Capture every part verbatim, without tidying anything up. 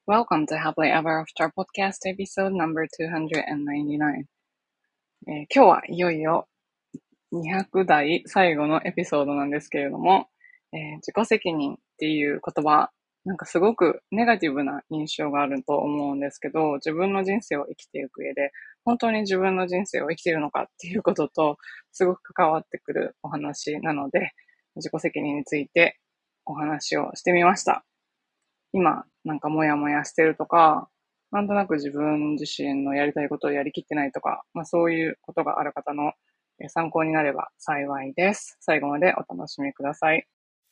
Welcome to Happily Ever After Podcast Episode Number ツーナインティナイン、えー、今日はいよいよにひゃくだい最後のエピソードなんですけれども、えー、自己責任っていう言葉、なんかすごくネガティブな印象があると思うんですけど、自分の人生を生きていく上で本当に自分の人生を生きているのかっていうこととすごく関わってくるお話なので、自己責任についてお話をしてみました。今なんかモヤモヤしてるとか、なんとなく自分自身のやりたいことをやりきってないとか、まあそういうことがある方の参考になれば幸いです。最後までお楽しみください。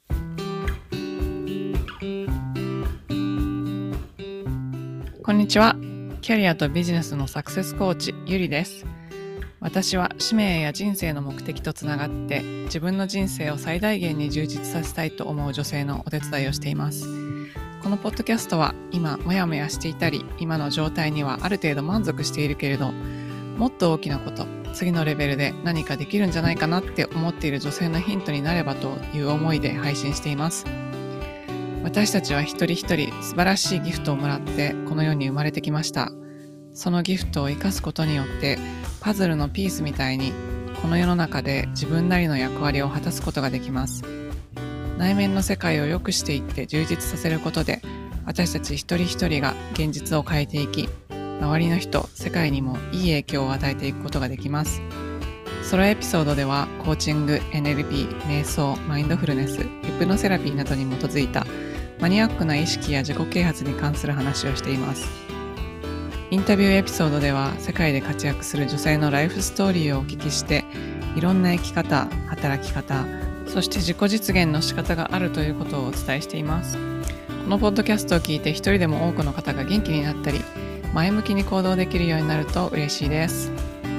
こんにちは。キャリアとビジネスのサクセスコーチ、ゆりです。私は使命や人生の目的とつながって自分の人生を最大限に充実させたいと思う女性のお手伝いをしています。このポッドキャストは今モヤモヤしていたり、今の状態にはある程度満足しているけれど、もっと大きなこと、次のレベルで何かできるんじゃないかなって思っている女性のヒントになればという思いで配信しています。私たちは一人一人素晴らしいギフトをもらってこの世に生まれてきました。そのギフトを生かすことによってパズルのピースみたいにこの世の中で自分なりの役割を果たすことができます。内面の世界を良くしていって充実させることで、私たち一人一人が現実を変えていき、周りの人、世界にもいい影響を与えていくことができます。ソロエピソードではコーチング、エヌエルピー、瞑想、マインドフルネス、ヒプノセラピーなどに基づいたマニアックな意識や自己啓発に関する話をしています。インタビューエピソードでは世界で活躍する女性のライフストーリーをお聞きして、いろんな生き方、働き方、そして自己実現の仕方があるということをお伝えしています。このポッドキャストを聞いて一人でも多くの方が元気になったり、前向きに行動できるようになると嬉しいです。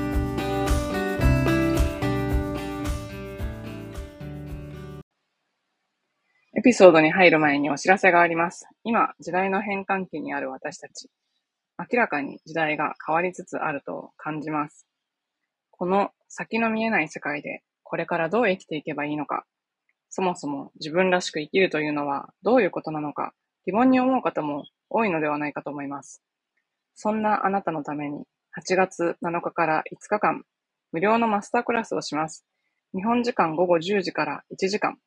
エピソードに入る前にお知らせがあります。今、時代の変換期にある私たち。明らかに時代が変わりつつあると感じます。この先の見えない世界でこれからどう生きていけばいいのか、そもそも自分らしく生きるというのはどういうことなのか、疑問に思う方も多いのではないかと思います。そんなあなたのためにはちがつなのかからいつかかん、無料のマスタークラスをします。日本時間ごごじゅうじからいちじかん。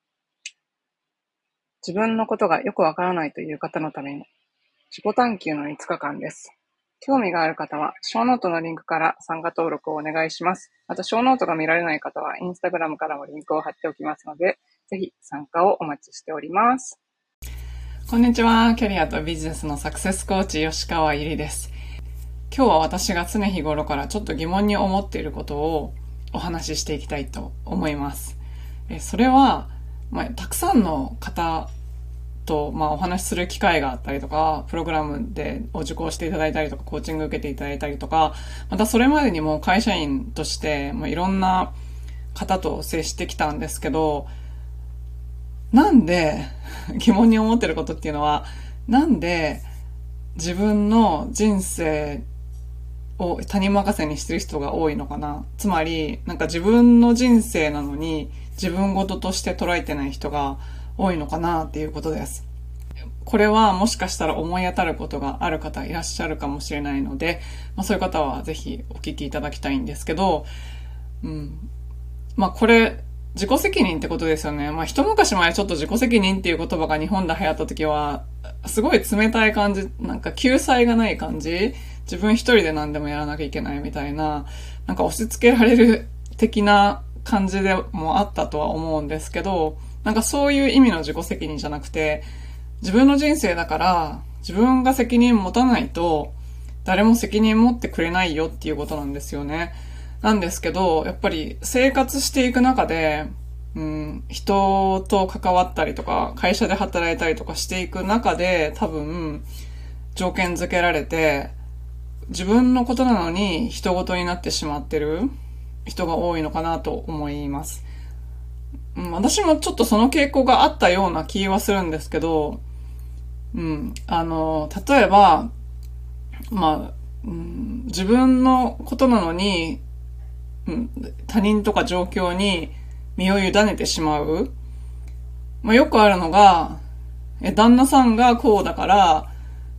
自分のことがよくわからないという方のために、自己探求のいつかかんです。興味がある方は、ショーノートのリンクから参加登録をお願いします。また、ショーノートが見られない方は、インスタグラムからもリンクを貼っておきますので、ぜひ参加をお待ちしております。こんにちは。キャリアとビジネスのサクセスコーチ、吉川ゆりです。今日は私が常日頃からちょっと疑問に思っていることをお話ししていきたいと思います。それは、まあ、たくさんの方と、まあ、お話しする機会があったりとか、プログラムでお受講していただいたりとか、コーチング受けていただいたりとか、またそれまでにも会社員として、まあ、いろんな方と接してきたんですけど、なんで、疑問に思ってることっていうのは、なんで自分の人生を他人任せにしてる人が多いのかな。つまり、なんか自分の人生なのに自分事として捉えてない人が多いのかなっていうことです。これはもしかしたら思い当たることがある方いらっしゃるかもしれないので、まあ、そういう方はぜひお聞きいただきたいんですけど、うん、まあこれ自己責任ってことですよね。まあ一昔前ちょっと自己責任っていう言葉が日本で流行った時はすごい冷たい感じ、なんか救済がない感じ、自分一人で何でもやらなきゃいけないみたいな、なんか押し付けられる的な感じでもあったとは思うんですけど、なんかそういう意味の自己責任じゃなくて、自分の人生だから自分が責任持たないと誰も責任持ってくれないよっていうことなんですよね。なんですけど、やっぱり生活していく中で、うん、人と関わったりとか会社で働いたりとかしていく中で多分条件付けられて自分のことなのに人事になってしまってる人が多いのかなと思います。私もちょっとその傾向があったような気はするんですけど、うん、あの、例えば、まあ、うん、自分のことなのに、うん、他人とか状況に身を委ねてしまう。まあ、よくあるのが、え、旦那さんがこうだから、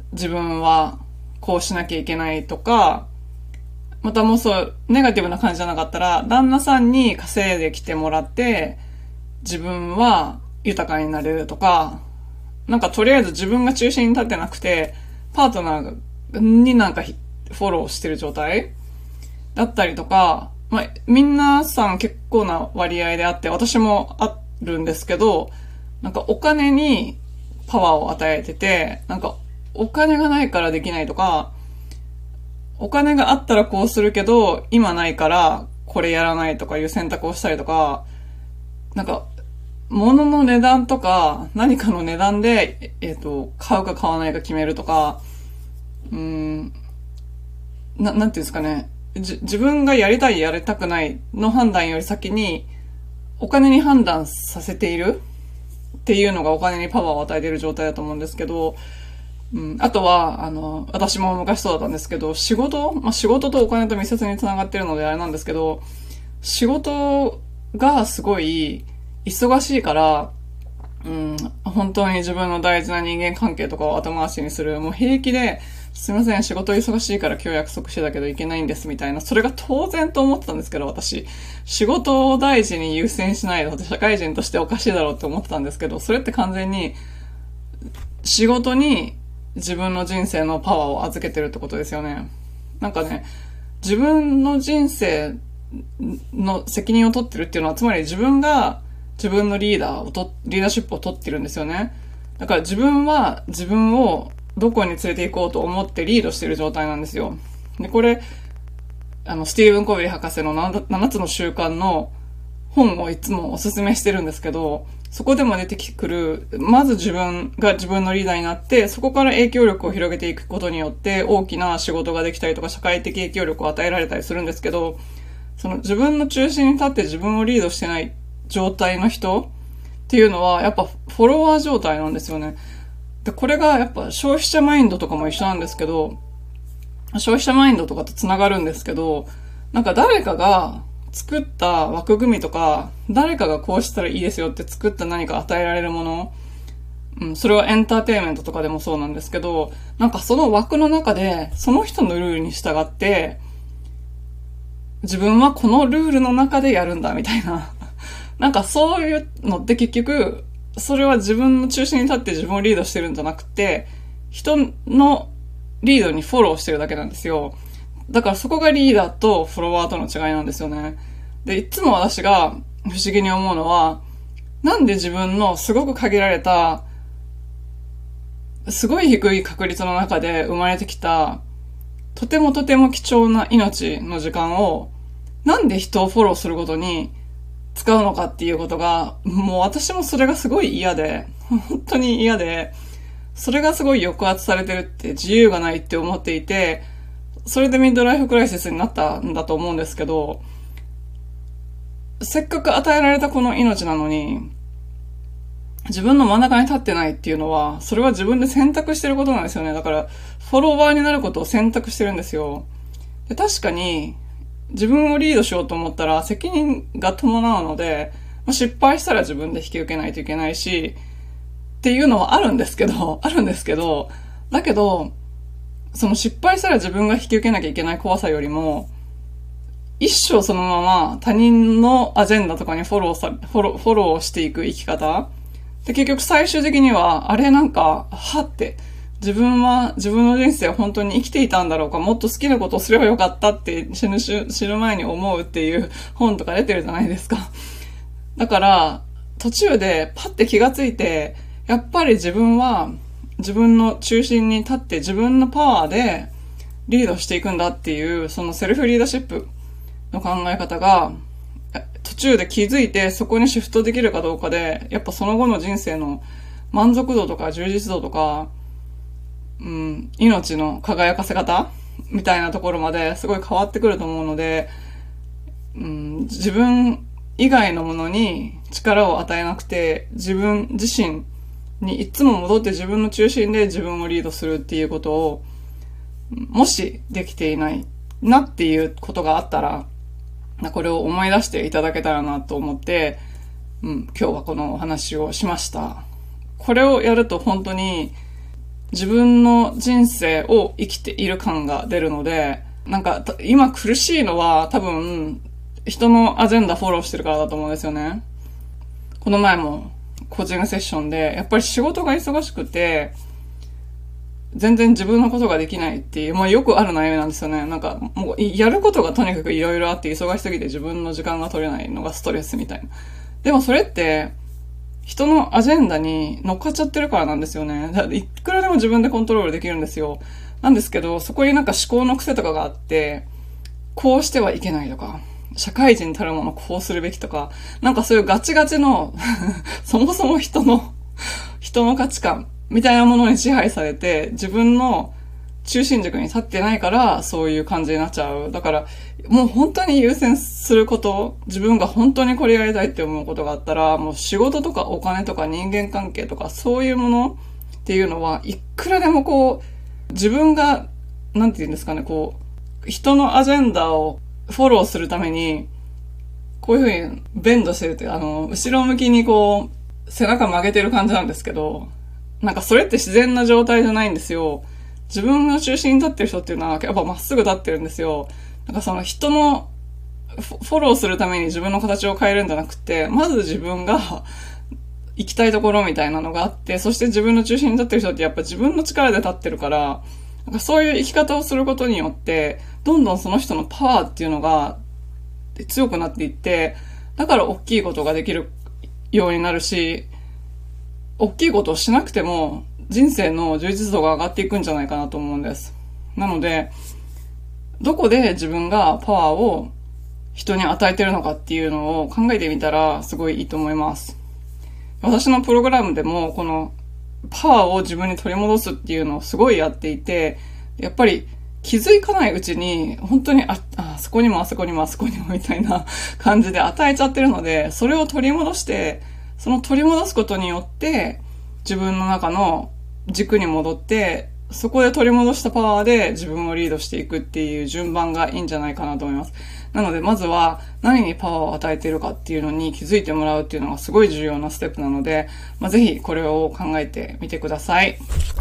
自分はこうしなきゃいけないとか、またもうそう、ネガティブな感じじゃなかったら、旦那さんに稼いできてもらって、自分は豊かになれるとか、なんかとりあえず自分が中心に立ってなくて、パートナーになんかフォローしてる状態だったりとか、まあ、皆さん結構な割合であって、私もあるんですけど、なんかお金にパワーを与えてて、なんかお金がないからできないとか、お金があったらこうするけど、今ないからこれやらないとかいう選択をしたりとか、なんか、物の値段とか、何かの値段で、えっと、買うか買わないか決めるとか、うーん、な、なんていうんですかね。じ、自分がやりたいやりたくないの判断より先に、お金に判断させているっていうのがお金にパワーを与えている状態だと思うんですけど、うん、あとは、あの、私も昔そうだったんですけど、仕事、まあ、仕事とお金と密接につながってるのであれなんですけど、仕事がすごい忙しいから、うん、本当に自分の大事な人間関係とかを後回しにする。もう平気で、すいません、仕事忙しいから今日約束してたけど行けないんですみたいな。それが当然と思ってたんですけど、私。仕事を大事に優先しないのって社会人としておかしいだろうって思ってたんですけど、それって完全に仕事に自分の人生のパワーを預けてるってことですよね。なんかね、自分の人生の責任を取ってるっていうのは、つまり自分が自分のリーダーをと、リーダーシップを取ってるんですよね。だから自分は自分をどこに連れて行こうと思ってリードしてる状態なんですよ。で、これ、あの、スティーブン・コベリ博士のななつの習慣の本をいつもおすすめしてるんですけど、そこでも出てくる、まず自分が自分のリーダーになって、そこから影響力を広げていくことによって大きな仕事ができたりとか社会的影響力を与えられたりするんですけど、その自分の中心に立って自分をリードしてない状態の人っていうのはやっぱフォロワー状態なんですよね。で、これがやっぱ消費者マインドとかも一緒なんですけど、消費者マインドとかとつながるんですけど、なんか誰かが作った枠組みとか、誰かがこうしたらいいですよって作った何か与えられるもの、うん、それはエンターテインメントとかでもそうなんですけど、なんかその枠の中で、その人のルールに従って、自分はこのルールの中でやるんだみたいな。なんかそういうのって結局、それは自分の中心に立って自分をリードしてるんじゃなくて、人のリードにフォローしてるだけなんですよ。だからそこがリーダーとフォロワーとの違いなんですよね。で、いつも私が不思議に思うのは、なんで自分のすごく限られた、すごい低い確率の中で生まれてきた、とてもとても貴重な命の時間を、なんで人をフォローすることに使うのかっていうことが、もう私もそれがすごい嫌で、本当に嫌で、それがすごい抑圧されてるって自由がないって思っていて、それでミッドライフクライシスになったんだと思うんですけど、せっかく与えられたこの命なのに、自分の真ん中に立ってないっていうのは、それは自分で選択してることなんですよね。だから、フォロワーになることを選択してるんですよ。で、確かに、自分をリードしようと思ったら責任が伴うので、まあ、失敗したら自分で引き受けないといけないし、っていうのはあるんですけど、あるんですけど、だけど、その失敗したら自分が引き受けなきゃいけない怖さよりも、一生そのまま他人のアジェンダとかにフォローさ、フォロー、フォローしていく生き方で、結局最終的には、あれなんか、はって、自分は自分の人生を本当に生きていたんだろうか、もっと好きなことをすればよかったって死ぬ、死ぬ前に思うっていう本とか出てるじゃないですか。だから、途中でパッて気がついて、やっぱり自分は自分の中心に立って自分のパワーでリードしていくんだっていう、そのセルフリーダーシップの考え方が、途中で気づいてそこにシフトできるかどうかで、やっぱその後の人生の満足度とか充実度とか、うん、命の輝かせ方みたいなところまですごい変わってくると思うので、うん、自分以外のものに力を与えなくて、自分自身にいつも戻って自分の中心で自分をリードするっていうことを、もしできていないなっていうことがあったら、これを思い出していただけたらなと思って、うん、今日はこのお話をしました。これをやると本当に自分の人生を生きている感が出るので、なんか今苦しいのは多分人のアジェンダフォローしてるからだと思うんですよね。この前もコーチングセッションでやっぱり仕事が忙しくて全然自分のことができないっていう、まあよくある悩みなんですよね。なんかもうやることがとにかくいろいろあって忙しすぎて自分の時間が取れないのがストレスみたいな。でもそれって人のアジェンダに乗っかっちゃってるからなんですよね。だいくらでも自分でコントロールできるんですよ。なんですけど、そこになんか思考の癖とかがあって、こうしてはいけないとか、社会人たるものこうするべきとか、なんかそういうガチガチのそもそも人の、人の価値観みたいなものに支配されて、自分の中心軸に立ってないから、そういう感じになっちゃう。だから、もう本当に優先すること、自分が本当にこれやりたいって思うことがあったら、もう仕事とかお金とか人間関係とかそういうものっていうのは、いくらでもこう、自分が、なんて言うんですかね、こう、人のアジェンダをフォローするために、こういうふうにベンドしてるっていう、あの、後ろ向きにこう、背中曲げてる感じなんですけど、なんかそれって自然な状態じゃないんですよ。自分の中心に立ってる人っていうのはやっぱまっすぐ立ってるんですよ。なんかその人のフォローするために自分の形を変えるんじゃなくて、まず自分が行きたいところみたいなのがあって、そして自分の中心に立ってる人ってやっぱ自分の力で立ってるから、なんかそういう生き方をすることによって、どんどんその人のパワーっていうのが強くなっていって、だから大きいことができるようになるし、大きいことをしなくても人生の充実度が上がっていくんじゃないかなと思うんです。なので、どこで自分がパワーを人に与えてるのかっていうのを考えてみたらすごいいいと思います。私のプログラムでもこのパワーを自分に取り戻すっていうのをすごいやっていて、やっぱり気づかないうちに本当にあ、あそこにもあそこにもあそこにもみたいな感じで与えちゃってるので、それを取り戻して、その取り戻すことによって自分の中の軸に戻って、そこで取り戻したパワーで自分をリードしていくっていう順番がいいんじゃないかなと思います。なのでまずは何にパワーを与えているかっていうのに気づいてもらうっていうのがすごい重要なステップなので、まあ、ぜひこれを考えてみてください。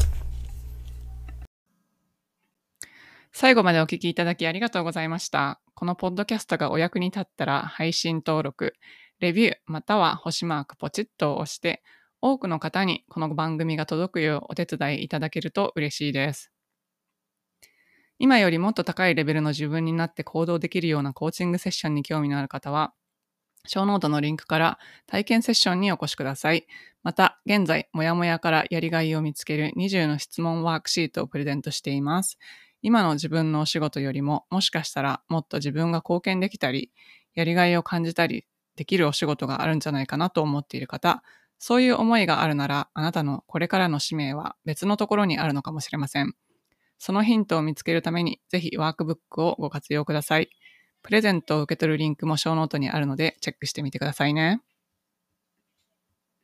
最後までお聞きいただきありがとうございました。このポッドキャストがお役に立ったら配信登録、レビューまたは星マークポチッと押して、多くの方にこの番組が届くようお手伝いいただけると嬉しいです。今よりもっと高いレベルの自分になって行動できるようなコーチングセッションに興味のある方は、ショーノートのリンクから体験セッションにお越しください。また、現在、もやもやからやりがいを見つけるにじゅうの質問ワークシートをプレゼントしています。今の自分のお仕事よりも、もしかしたらもっと自分が貢献できたり、やりがいを感じたりできるお仕事があるんじゃないかなと思っている方、そういう思いがあるなら、あなたのこれからの使命は別のところにあるのかもしれません。そのヒントを見つけるために、ぜひワークブックをご活用ください。プレゼントを受け取るリンクもショーノートにあるのでチェックしてみてくださいね。